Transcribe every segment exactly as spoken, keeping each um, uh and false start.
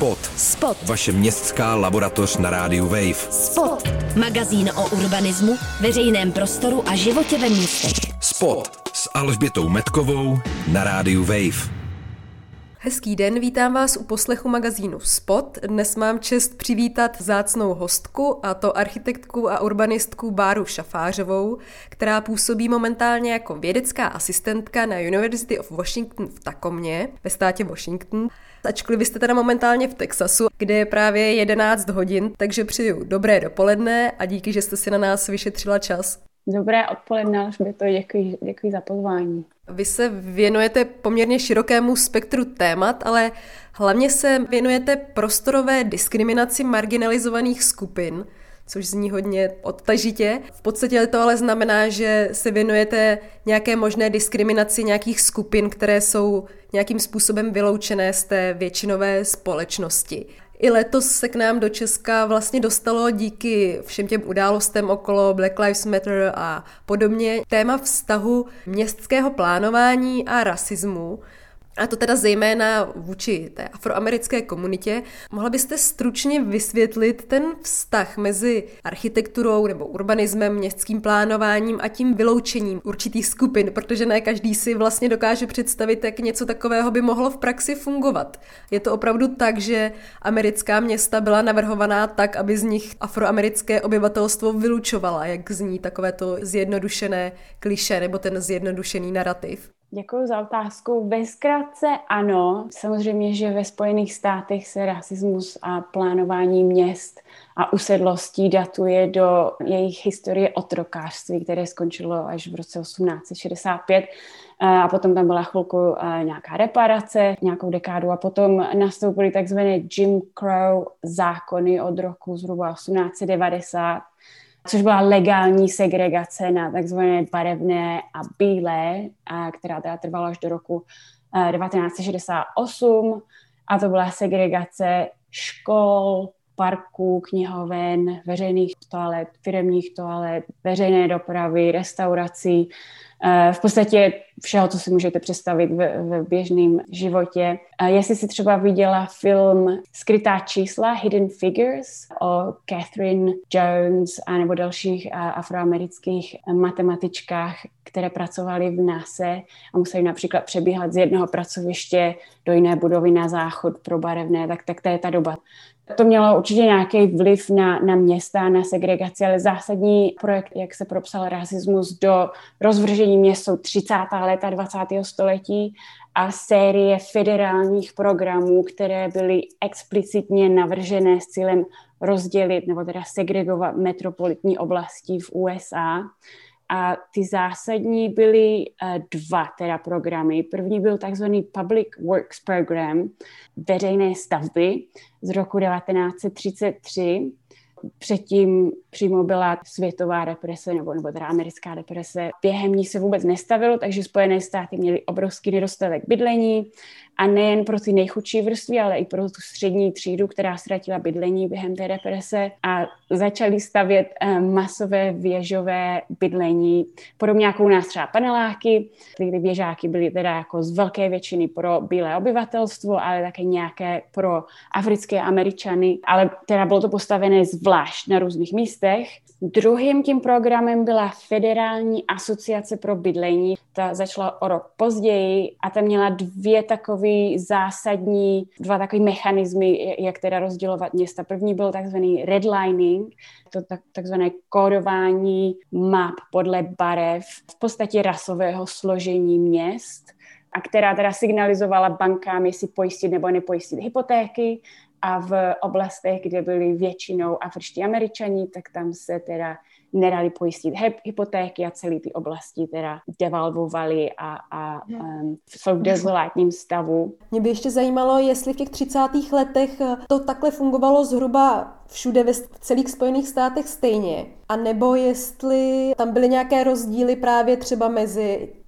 Spot. Spot. Vaše městská laboratoř na rádiu Wave. Spot. Magazín o urbanismu, veřejném prostoru a životě ve městech. Spot s Alžbětou Metkovou na rádiu Wave. Hezký den, vítám vás u poslechu magazínu Spot. Dnes mám čest přivítat vzácnou hostku, a to architektku a urbanistku Báru Šafářovou, která působí momentálně jako vědecká asistentka na University of Washington v Tacomě, ve státě Washington. Ačkoliv vy jste teda momentálně v Texasu, kde je právě jedenáct hodin, takže přeju dobré dopoledne a díky, že jste si na nás vyšetřila čas. Dobré odpoledne, Alžběto, děkuji, děkuji za pozvání. Vy se věnujete poměrně širokému spektru témat, ale hlavně se věnujete prostorové diskriminaci marginalizovaných skupin, což zní hodně odtažitě. V podstatě to ale znamená, že se věnujete nějaké možné diskriminaci nějakých skupin, které jsou nějakým způsobem vyloučené z té většinové společnosti. I letos se k nám do Česka vlastně dostalo díky všem těm událostem okolo Black Lives Matter a podobně téma vztahu městského plánování a rasismu. A to teda zejména vůči té afroamerické komunitě. Mohla byste stručně vysvětlit ten vztah mezi architekturou nebo urbanismem, městským plánováním a tím vyloučením určitých skupin, protože ne každý si vlastně dokáže představit, jak něco takového by mohlo v praxi fungovat. Je to opravdu tak, že americká města byla navrhovaná tak, aby z nich afroamerické obyvatelstvo vylučovala, jak zní takovéto zjednodušené klišé nebo ten zjednodušený narrativ? Děkuji za otázku. Ve zkratce ano. Samozřejmě, že ve Spojených státech se rasismus a plánování měst a usedlostí datuje do jejich historie otrokářství, které skončilo až v roce osmnáct set šedesát pět. A potom tam byla chvilku nějaká reparace, nějakou dekádu a potom nastoupily takzvané Jim Crow zákony od roku zhruba osmnáct set devadesát, což byla legální segregace na takzvané barevné a bílé, a která teda trvala až do roku devatenáct set šedesát osm. A to byla segregace škol, parků, knihoven, veřejných toalet, firemních toalet, veřejné dopravy, restaurací, v podstatě všeho, co si můžete představit v, v běžném životě. Jestli si třeba viděla film Skrytá čísla, Hidden Figures, o Catherine Jones a nebo dalších afroamerických matematičkách, které pracovaly v NASA a museli například přebíhat z jednoho pracoviště do jiné budovy na záchod pro barevné, tak, tak to je ta doba. To mělo určitě nějaký vliv na, na města, na segregaci, ale zásadní projekt, jak se propsal rasismus do rozvržení měst, jsou třicátá léta dvacátého století a série federálních programů, které byly explicitně navržené s cílem rozdělit nebo teda segregovat metropolitní oblasti v U S A. A ty zásadní byly uh, dva teda programy. První byl takzvaný Public Works Program, veřejné stavby z roku devatenáct set třicet tři. Předtím přímo byla světová deprese, nebo, nebo teda americká deprese. Během ní se vůbec nestavilo, takže Spojené státy měly obrovský nedostatek bydlení a nejen pro ty nejchudší vrstvy, ale i pro tu střední třídu, která ztratila bydlení během té deprese a začali stavět eh, masové věžové bydlení, podobně jako u nás třeba paneláky, kdy věžáky byly teda jako z velké většiny pro bílé obyvatelstvo, ale také nějaké pro africké Američany, ale teda bylo to postavené zvlášť na různých místech. Druhým tím programem byla Federální asociace pro bydlení. Ta začala o rok později a ta měla dvě takové zásadní, dva takové mechanismy, jak teda rozdělovat města. První byl takzvaný redlining, to tak, takzvané kódování map podle barev, v podstatě rasového složení měst, a která teda signalizovala bankám, jestli pojistit nebo nepojistit hypotéky. A v oblastech, kde byli většinou afričtí Američani, tak tam se teda nedali pojistit hypotéky a celé ty oblasti teda devalvovaly a, a um, jsou v dezolátním stavu. Mě by ještě zajímalo, jestli v těch třicátých letech to takhle fungovalo zhruba všude ve celých Spojených státech stejně, a nebo jestli tam byly nějaké rozdíly právě třeba mezi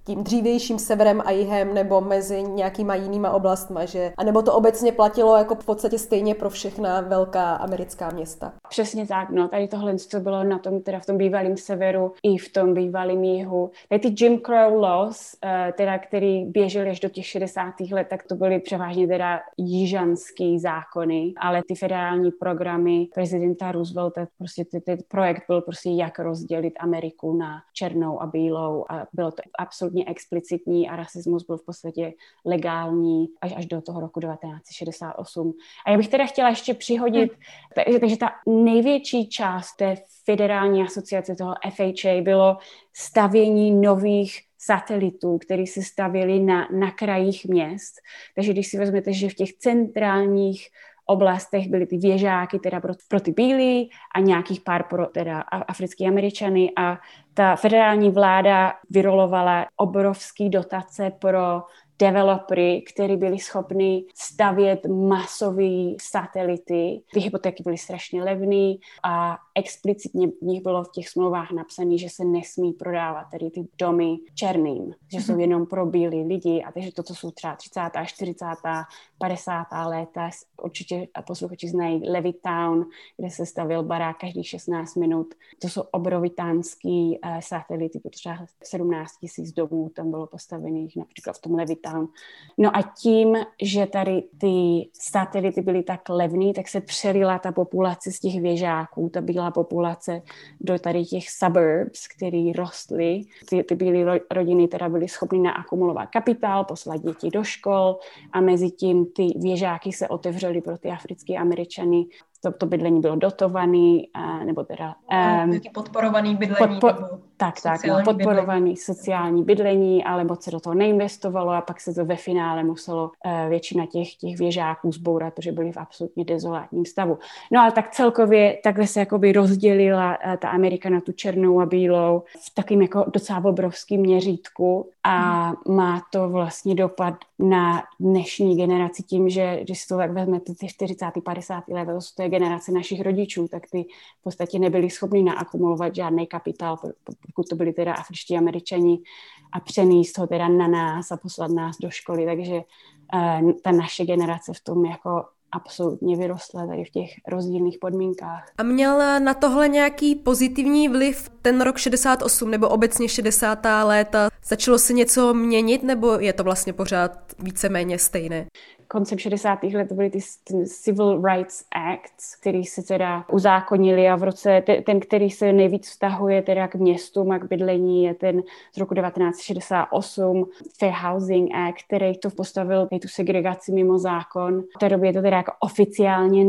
tím dřívějším severem a jihem nebo mezi nějakýma jinýma oblastma, že? A nebo to obecně platilo jako v podstatě stejně pro všechna velká americká města? Přesně tak, no, tady tohle, co bylo na tom, teda v tom bývalém severu i v tom bývalém jihu. Tady ty Jim Crow laws, teda, který běžely až do těch šedesátých let, tak to byly převážně teda jižanský zákony, ale ty federální programy prezidenta Roosevelta, prostě ty, ty projekt byl prostě jak rozdělit Ameriku na černou a bílou a bylo to absolutně explicitní a rasismus byl v podstatě legální až, až do toho roku devatenáct set šedesát osm. A já bych teda chtěla ještě přihodit, hmm. takže, takže ta největší část té federální asociace toho F H A bylo stavění nových satelitů, které se stavěly na, na krajích měst. Takže když si vezmete, že v těch centrálních oblastech byly ty věžáky teda pro, pro ty bílí a nějakých pár pro teda africký Američany a ta federální vláda vyrolovala obrovský dotace pro developery, kteří byli schopni stavět masové satelity. Ty hypotéky byly strašně levné a explicitně v nich bylo v těch smlouvách napsané, že se nesmí prodávat tady ty domy černým, že jsou jenom pro bílí lidi a takže toto jsou třeba třicátá, čtyřicátá, padesátá léta. Určitě posluchači znají Levittown, kde se stavěl barák každých šestnáct minut. To jsou obrovitánský uh, satelity, třeba sedmnáct tisíc domů tam bylo postavených například v tom Levittown. No a tím, že tady ty satelity byly tak levný, tak se přelila ta populace z těch věžáků, ta bílá populace do tady těch suburbs, který rostly. Ty, ty bílé rodiny teda byly schopny naakumulovat kapitál, poslat děti do škol a mezi tím ty věžáky se otevřely pro ty africké Američany. To, to bydlení bylo dotované, nebo teda... Um, podporovaný bydlení. Podpo- tak, tak, no, podporovaný bydlení. Sociální bydlení, ale moc se do toho neinvestovalo a pak se to ve finále muselo uh, většina těch, těch věžáků zbourat, protože byli v absolutně dezolátním stavu. No ale tak celkově takhle se jakoby rozdělila uh, ta Amerika na tu černou a bílou v takým jako docela obrovským měřítku a hmm. má to vlastně dopad na dnešní generaci tím, že když si to tak vezmete ty čtyřicátá, padesátá léta, to jsou té generace našich rodičů, tak ty v podstatě nebyli schopni naakumulovat žádný kapitál, pokud to byli teda afričtí Američani a přenést ho teda na nás a poslat nás do školy, takže uh, ta naše generace v tom jako absolutně vyrostla tady v těch rozdílných podmínkách. A měl na tohle nějaký pozitivní vliv ten rok šedesát osm nebo obecně šedesátá léta? Začalo se něco měnit nebo je to vlastně pořád víceméně stejné? Koncem šedesátých let to byly ty Civil Rights Acts, který se teda uzákonili a v roce, ten, který se nejvíc vztahuje teda k městům a k bydlení, je ten z roku devatenáct set šedesát osm Fair Housing Act, který to postavil tu segregaci mimo zákon. V té době je to teda jako oficiálně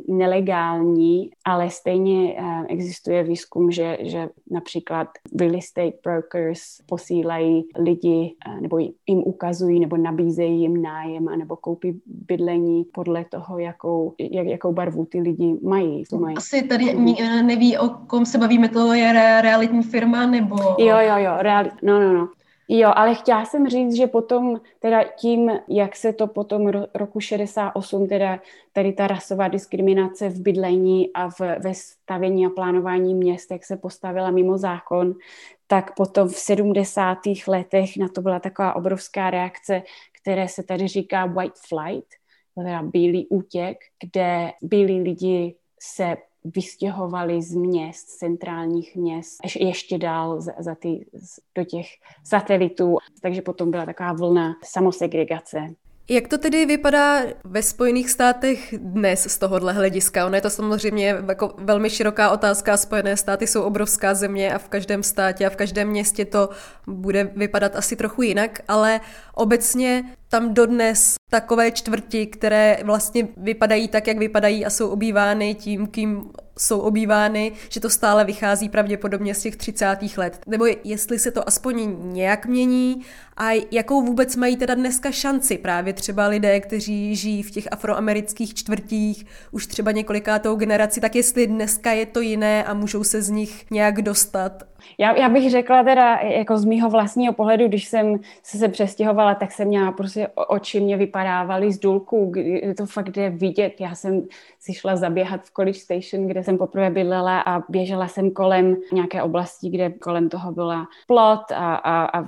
nelegální, ale stejně existuje výzkum, že, že například real estate brokers posílají lidi nebo jim ukazují nebo nabízejí jim nájem a nebo koupí bydlení podle toho, jakou, jak, jakou barvu ty lidi mají. mají. Asi tady neví, o kom se bavíme, to je realitní firma, nebo... Jo, jo, jo, reali... no, no, no. Jo, ale chtěla jsem říct, že potom teda tím, jak se to potom ro- roku šedesát osm, teda tady ta rasová diskriminace v bydlení a v, ve stavění a plánování měst, jak se postavila mimo zákon, tak potom v sedmdesátých letech na to byla taková obrovská reakce, které se tady říká white flight, teda bílý útěk, kde bílí lidi se vystěhovali z měst, centrálních měst, ještě dál za, za ty, do těch satelitů. Takže potom byla taková vlna samosegregace. Jak to tedy vypadá ve Spojených státech dnes z tohohle hlediska? Ono je to samozřejmě jako velmi široká otázka. Spojené státy jsou obrovská země a v každém státě a v každém městě to bude vypadat asi trochu jinak, ale obecně tam dodnes takové čtvrti, které vlastně vypadají tak, jak vypadají a jsou obývány tím, kým jsou obývány, že to stále vychází pravděpodobně z těch třicátých let. Nebo jestli se to aspoň nějak mění a jakou vůbec mají teda dneska šanci právě třeba lidé, kteří žijí v těch afroamerických čtvrtích už třeba několikátou generaci, tak jestli dneska je to jiné a můžou se z nich nějak dostat. Já, já bych řekla teda jako z mýho vlastního pohledu, když jsem se, se přestěhovala, tak jsem měla prostě oči mě vypadávaly z důlku, kde to fakt jde vidět. Já jsem si šla zaběhat v College Station, kde jsem poprvé bydlela a běžela jsem kolem nějaké oblasti, kde kolem toho byla plot a, a, a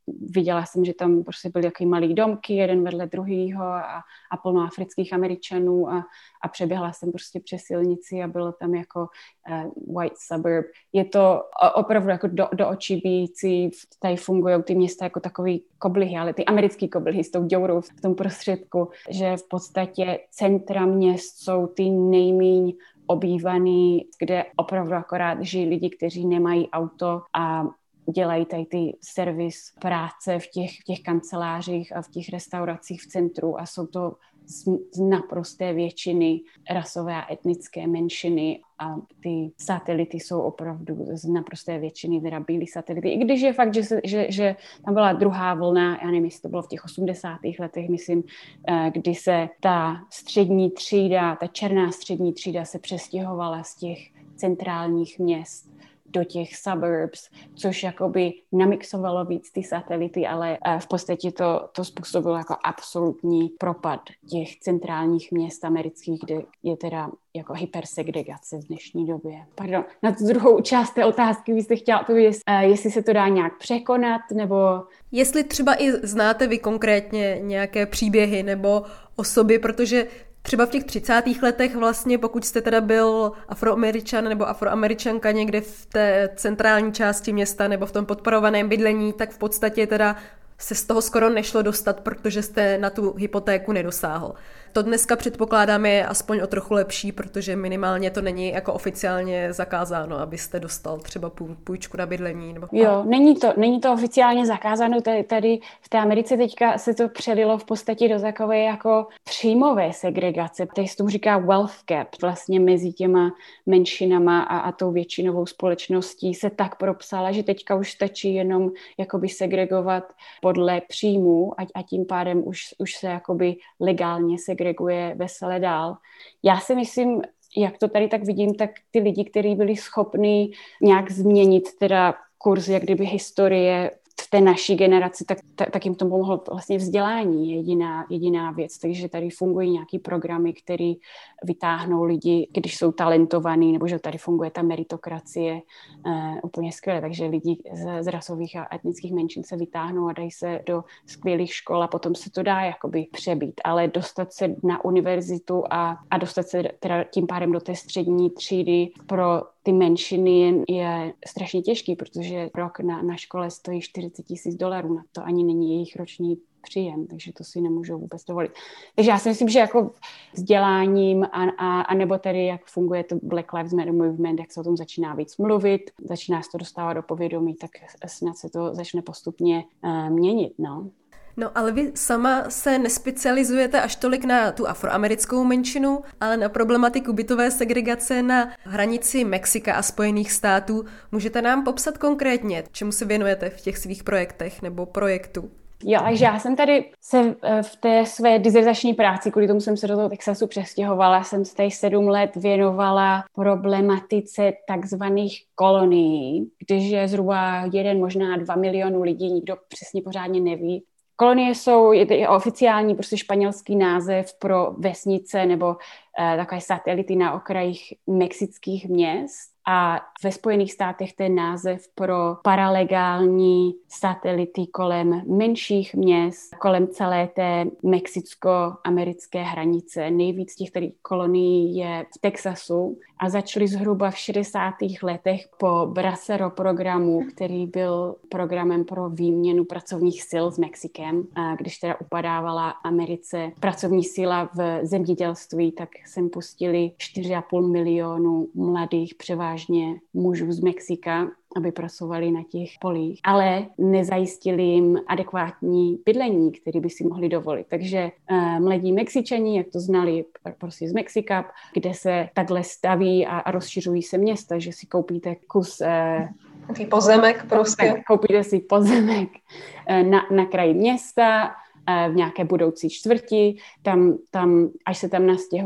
viděla jsem, že tam prostě byly jaký malý domky, jeden vedle druhýho a, a plno afrických Američanů a, a přeběhla jsem prostě přes silnici a bylo tam jako uh, white suburb. Je to opravdu jako do, do očí bijící, tady fungují ty města jako takový koblihy, ale ty americký koblihy s tou děurou v tom prostředku, že v podstatě centra měst jsou ty nejméně obývaný, kde opravdu akorát žijí lidi, kteří nemají auto a dělají tady ty servis práce v těch, v těch kancelářích a v těch restauracích v centru a jsou to z, z naprosté většiny rasové a etnické menšiny a ty satelity jsou opravdu z naprosté většiny teda bílý satelity. I když je fakt, že, se, že, že tam byla druhá vlna, já nevím, jestli to bylo v těch osmdesátých letech, myslím, kdy se ta střední třída, ta černá střední třída se přestěhovala z těch centrálních měst do těch suburbs, což jakoby namixovalo víc ty satelity, ale v podstatě to, to způsobilo jako absolutní propad těch centrálních měst amerických, kde je teda jako hypersegregace v dnešní době. Pardon, na tu druhou část té otázky byste chtěla odpovědět, jestli se to dá nějak překonat, nebo... Jestli třeba i znáte vy konkrétně nějaké příběhy nebo osoby, protože třeba v těch třicátých letech vlastně, pokud jste teda byl Afroameričan nebo Afroameričanka někde v té centrální části města nebo v tom podporovaném bydlení, tak v podstatě teda se z toho skoro nešlo dostat, protože jste na tu hypotéku nedosáhl. To dneska předpokládáme je aspoň o trochu lepší, protože minimálně to není jako oficiálně zakázáno, abyste dostal třeba půjčku na bydlení. Nebo... Jo, není to, není to oficiálně zakázáno, tady, tady v té Americe teďka se to přelilo v podstatě do takové jako příjmové segregace. Tady se tomu říká wealth gap, vlastně mezi těma menšinama a, a tou většinovou společností se tak propsala, že teďka už stačí jenom jakoby segregovat podle příjmů a, a tím pádem už, už se jakoby legálně segreguje vesele dál. Já si myslím, jak to tady tak vidím, tak ty lidi, kteří byli schopni nějak změnit teda kurz, jak kdyby historie v té naší generaci, tak, tak, tak jim to pomohlo vlastně vzdělání, jediná, jediná věc. Takže tady fungují nějaký programy, které vytáhnou lidi, když jsou talentovaní, nebo že tady funguje ta meritokracie uh, úplně skvěle. Takže lidi z, z rasových a etnických menšin se vytáhnou a dají se do skvělých škol a potom se to dá jakoby přebít. Ale dostat se na univerzitu a, a dostat se teda tím pádem do té střední třídy pro ty menšiny je strašně těžký, protože rok na, na škole stojí čtyřicet tisíc dolarů, na to ani není jejich roční příjem, takže to si nemůžou vůbec dovolit. Takže já si myslím, že jako vzděláním a, a, a nebo tedy jak funguje to Black Lives Matter movement, jak se o tom začíná víc mluvit, začíná se to dostávat do povědomí, tak snad se to začne postupně uh, měnit, no. No ale vy sama se nespecializujete až tolik na tu afroamerickou menšinu, ale na problematiku bytové segregace na hranici Mexika a Spojených států. Můžete nám popsat konkrétně, čemu se věnujete v těch svých projektech nebo projektu? Jo, takže já jsem tady se v té své dizertační práci, kvůli tomu jsem se do toho Texasu přestěhovala, jsem se tady sedm let věnovala problematice takzvaných kolonií, když je zhruba jeden, možná dva milionů lidí, nikdo přesně pořádně neví. Kolonie jsou je, je oficiální prostě španělský název pro vesnice nebo eh, takové satelity na okrajích mexických měst. A ve Spojených státech ten název pro paralegální satelity kolem menších měst, kolem celé té mexicko-americké hranice. Nejvíc těch tady kolonií je v Texasu a začaly zhruba v šedesátých letech po Bracero programu, který byl programem pro výměnu pracovních sil s Mexikem. A když teda upadávala Americe pracovní síla v zemědělství, tak sem pustili čtyři a půl milionu mladých převážně mužů z Mexika, aby pracovali na těch polích, ale nezajistili jim adekvátní bydlení, které by si mohli dovolit. Takže uh, mladí Mexičani, jak to znali prostě z Mexika, kde se takhle staví a, a rozšiřují se města, že si koupíte kus... Uh, Taký pozemek prostě. Koupíte si pozemek uh, na, na kraji města, v nějaké budoucí čtvrti, tam, tam, až se tam nastěhuje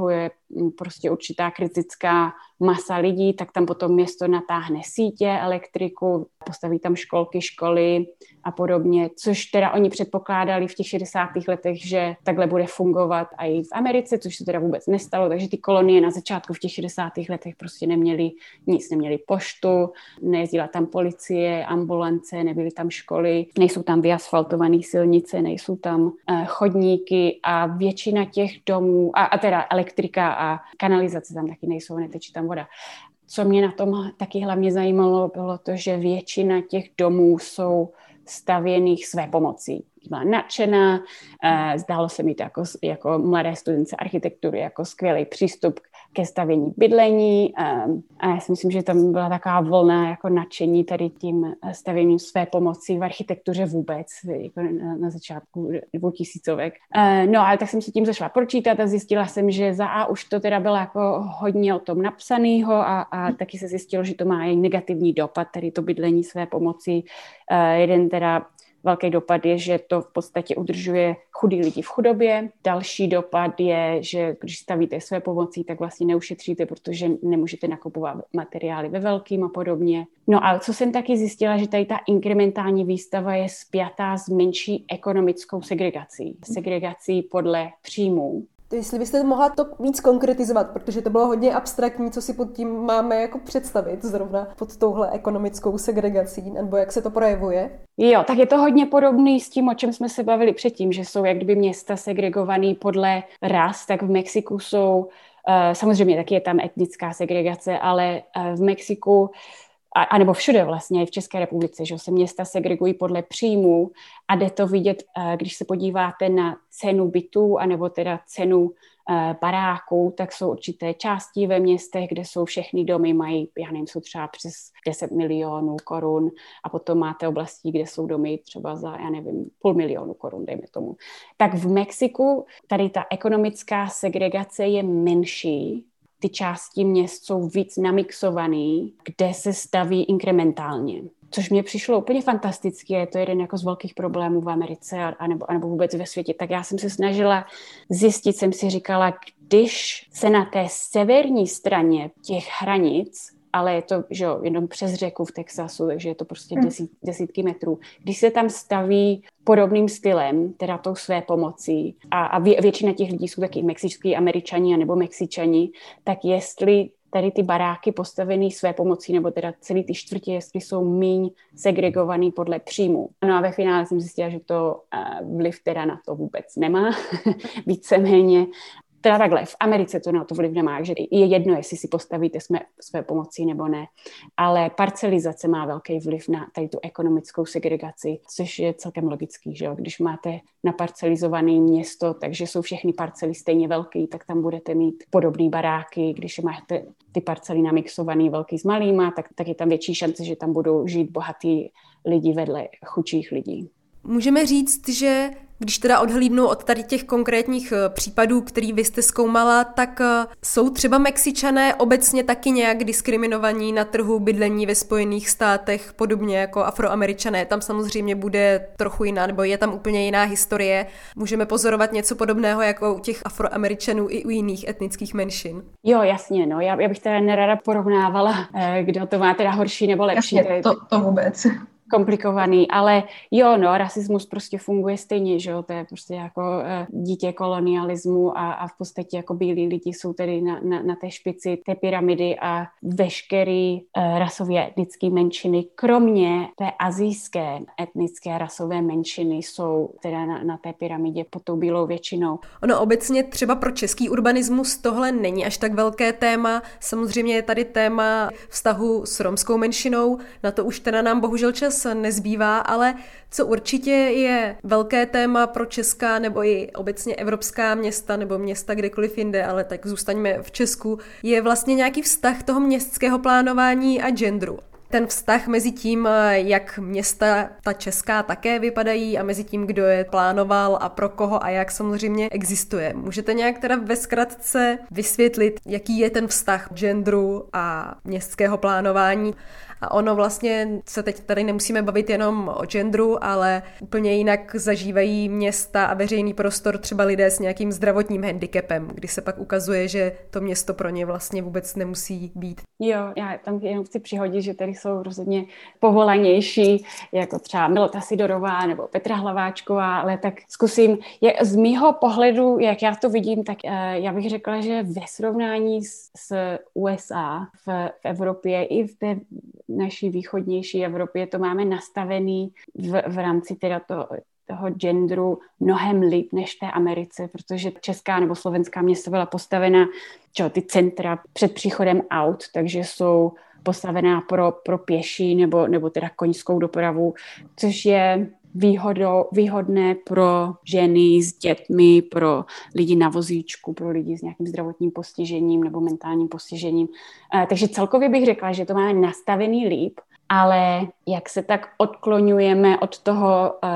prostě určitá kritická masa lidí, tak tam potom město natáhne sítě, elektriku, postaví tam školky, školy a podobně, což teda oni předpokládali v těch šedesátých letech, že takhle bude fungovat a i v Americe, což se teda vůbec nestalo, takže ty kolonie na začátku v těch šedesátých letech prostě neměly nic, neměli poštu, nejezdila tam policie, ambulance, nebyly tam školy, nejsou tam vyasfaltované silnice, nejsou tam uh, chodníky a většina těch domů, a, a teda elektrika a kanalizace tam taky nejsou, netečí tam voda. Co mě na tom taky hlavně zajímalo, bylo to, že většina těch domů jsou stavěných své pomocí. Byla nadšená, zdálo se mi to jako, jako mladé studence architektury, jako skvělý přístup ke stavění bydlení a já si myslím, že tam byla taková vlna jako nadšení tady tím stavěním své pomoci v architektuře vůbec, jako na, na začátku dvoutisícovek. No ale tak jsem se tím zašla pročítat a zjistila jsem, že za A už to teda bylo jako hodně o tom napsanýho a, a taky se zjistilo, že to má i negativní dopad, tady to bydlení své pomoci. Jeden teda velký dopad je, že to v podstatě udržuje chudý lidi v chudobě. Další dopad je, že když stavíte své pomocí, tak vlastně neušetříte, protože nemůžete nakupovat materiály ve velkým a podobně. No a co jsem taky zjistila, že tady ta inkrementální výstava je spjatá s menší ekonomickou segregací. Segregací podle příjmů. Jestli byste mohla to víc konkretizovat, protože to bylo hodně abstraktní, co si pod tím máme jako představit zrovna pod touhle ekonomickou segregací, nebo jak se to projevuje? Jo, tak je to hodně podobný s tím, o čem jsme se bavili předtím, že jsou jak kdyby města segregované podle ras, tak v Mexiku jsou, uh, samozřejmě taky je tam etnická segregace, ale uh, v Mexiku A, a nebo všude vlastně, i v České republice, že se města segregují podle příjmů a jde to vidět, když se podíváte na cenu bytů, anebo teda cenu baráků, tak jsou určité části ve městech, kde jsou všechny domy, mají, já nevím, jsou třeba přes deset milionů korun a potom máte oblasti, kde jsou domy třeba za, já nevím, půl milionu korun, dejme tomu. Tak v Mexiku tady ta ekonomická segregace je menší, ty části měst jsou víc namixovaný, kde se staví inkrementálně. Což mě přišlo úplně fantasticky, je to jeden jako z velkých problémů v Americe anebo, anebo vůbec ve světě. Tak já jsem se snažila zjistit, jsem si říkala, když se na té severní straně těch hranic, ale je to, že jo, jenom přes řeku v Texasu, takže je to prostě desít, desítky metrů. Když se tam staví podobným stylem, teda tou své pomocí, a, a vě, většina těch lidí jsou taky mexičtí Američani nebo Mexičani, tak jestli tady ty baráky postavený své pomocí, nebo teda celý ty čtvrtě, jestli jsou míň segregovaný podle příjmu. No a ve finále jsem zjistila, že to uh, vliv teda na to vůbec nemá, víceméně. Teda takhle, v Americe to na to vliv nemá, že je jedno, jestli si postavíte své, své pomocí nebo ne, ale parcelizace má velký vliv na tady tu ekonomickou segregaci, což je celkem logický, že jo? Když máte naparcelizované město, takže jsou všechny parcely stejně velký, tak tam budete mít podobné baráky, když máte ty parcely namixované velký s malýma, tak, tak je tam větší šance, že tam budou žít bohatí lidi vedle chudších lidí. Můžeme říct, že když teda odhlídnu od tady těch konkrétních případů, který vy jste zkoumala, tak jsou třeba Mexičané obecně taky nějak diskriminovaní na trhu bydlení ve Spojených státech, podobně jako Afroameričané. Tam samozřejmě bude trochu jiná, nebo je tam úplně jiná historie. Můžeme pozorovat něco podobného jako u těch Afroameričanů i u jiných etnických menšin. Jo, jasně, no. Já, já bych teda nerada porovnávala, kdo to má teda horší nebo lepší. Jasně, to, to vůbec. Komplikovaný, ale jo, no, rasismus prostě funguje stejně, že jo, to je prostě jako uh, dítě kolonialismu a, a v podstatě jako bílí lidi jsou tedy na, na, na té špici té pyramidy a veškerý uh, rasově etnické menšiny, kromě té asijské etnické rasové menšiny jsou teda na, na té pyramidě pod tou bílou většinou. Ono obecně třeba pro český urbanismus tohle není až tak velké téma, samozřejmě je tady téma vztahu s romskou menšinou, na to už teda nám bohužel čas nezbývá, ale co určitě je velké téma pro česká nebo i obecně evropská města nebo města kdekoliv jinde, ale tak zůstaňme v Česku, je vlastně nějaký vztah toho městského plánování a genderu. ten vztah mezi tím, jak města ta česká také vypadají a mezi tím, kdo je plánoval a pro koho a jak samozřejmě existuje. Můžete nějak teda ve zkratce vysvětlit, jaký je ten vztah genderu a městského plánování? A ono vlastně se teď tady nemusíme bavit jenom o genderu, ale úplně jinak zažívají města a veřejný prostor třeba lidé s nějakým zdravotním handicapem, kdy se pak ukazuje, že to město pro ně vlastně vůbec nemusí být. Jo, já tam jenom chci přihodit, že tady jsou rozhodně povolanější, jako třeba Milota Sidorová nebo Petra Hlaváčková, ale tak zkusím. Je, z mýho pohledu, jak já to vidím, tak uh, já bych řekla, že ve srovnání s, s U S A v, v Evropě i v té naší východnější Evropě to máme nastavený v, v rámci teda to, toho genderu mnohem líp než té Americe, protože česká nebo slovenská města byla postavena, čo, ty centra před příchodem aut, takže jsou postavená pro, pro pěší nebo, nebo teda koňskou dopravu, což je výhodou, výhodné pro ženy s dětmi, pro lidi na vozíčku, pro lidi s nějakým zdravotním postižením nebo mentálním postižením. E, takže celkově bych řekla, že to máme nastavený líp, ale jak se tak odklonujeme od toho uh,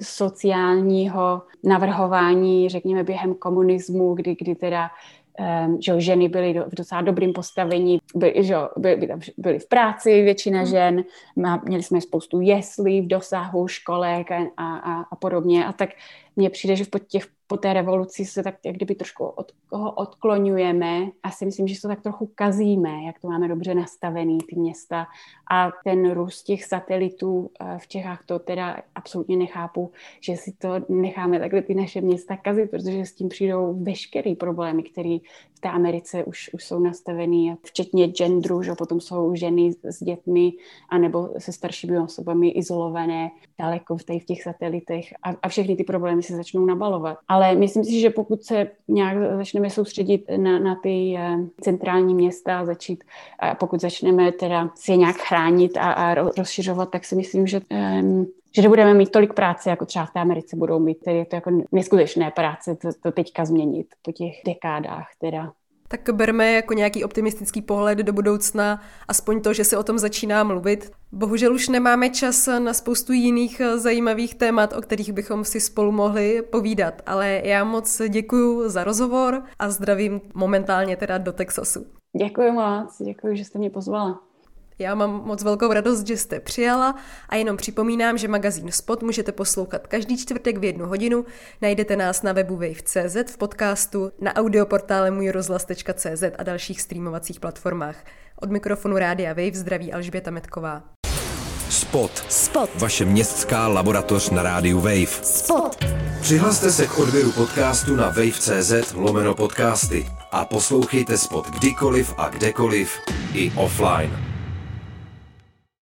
sociálního navrhování, řekněme během komunismu, kdy, kdy teda um, že ženy byly do, v docela dobrým postavení, byly, že, byly, byly v práci většina žen, měli jsme spoustu jeslí v dosahu, školek a, a, a podobně. A tak mně přijde, že v těch, po té revoluci se tak jak kdyby trošku od toho odklonujeme a si myslím, že se to tak trochu kazíme, jak to máme dobře nastavený, ty města. A ten růst těch satelitů v Čechách, to teda absolutně nechápu, že si to necháme takhle ty naše města kazit, protože s tím přijdou veškerý problémy, které v té Americe už, už jsou nastavený, včetně genderu, že potom jsou ženy s dětmi anebo se staršími osobami izolované daleko v, v těch satelitech a, a všechny ty problémy se začnou nabalovat. Ale myslím si, že pokud se nějak začneme soustředit na, na ty uh, centrální města, začít, uh, pokud začneme teda si nějak chránit a, a rozšiřovat, tak si myslím, že um, že nebudeme mít tolik práce, jako třeba v té Americe budou mít. Tedy je to jako neskutečné práce to, to teďka změnit po těch dekádách teda. Tak berme jako nějaký optimistický pohled do budoucna, aspoň to, že se o tom začíná mluvit. Bohužel už nemáme čas na spoustu jiných zajímavých témat, o kterých bychom si spolu mohli povídat, ale já moc děkuju za rozhovor a zdravím momentálně teda do Texasu. Děkuji moc, děkuji, že jste mě pozvala. Já mám moc velkou radost, že jste přijala a jenom připomínám, že magazín Spot můžete poslouchat každý čtvrtek v jednu hodinu. Najdete nás na webu wave tečka cé zet v podcastu, na audioportále můj rozhlas tečka cé zet a dalších streamovacích platformách. Od mikrofonu Rádia Wave zdraví Alžběta Metková. Spot. Spot. Vaše městská laboratoř na rádiu Wave. Spot. Přihlaste se k odběru podcastu na wave tečka cé zet lomeno podcasty a poslouchejte Spot kdykoliv a kdekoliv i offline.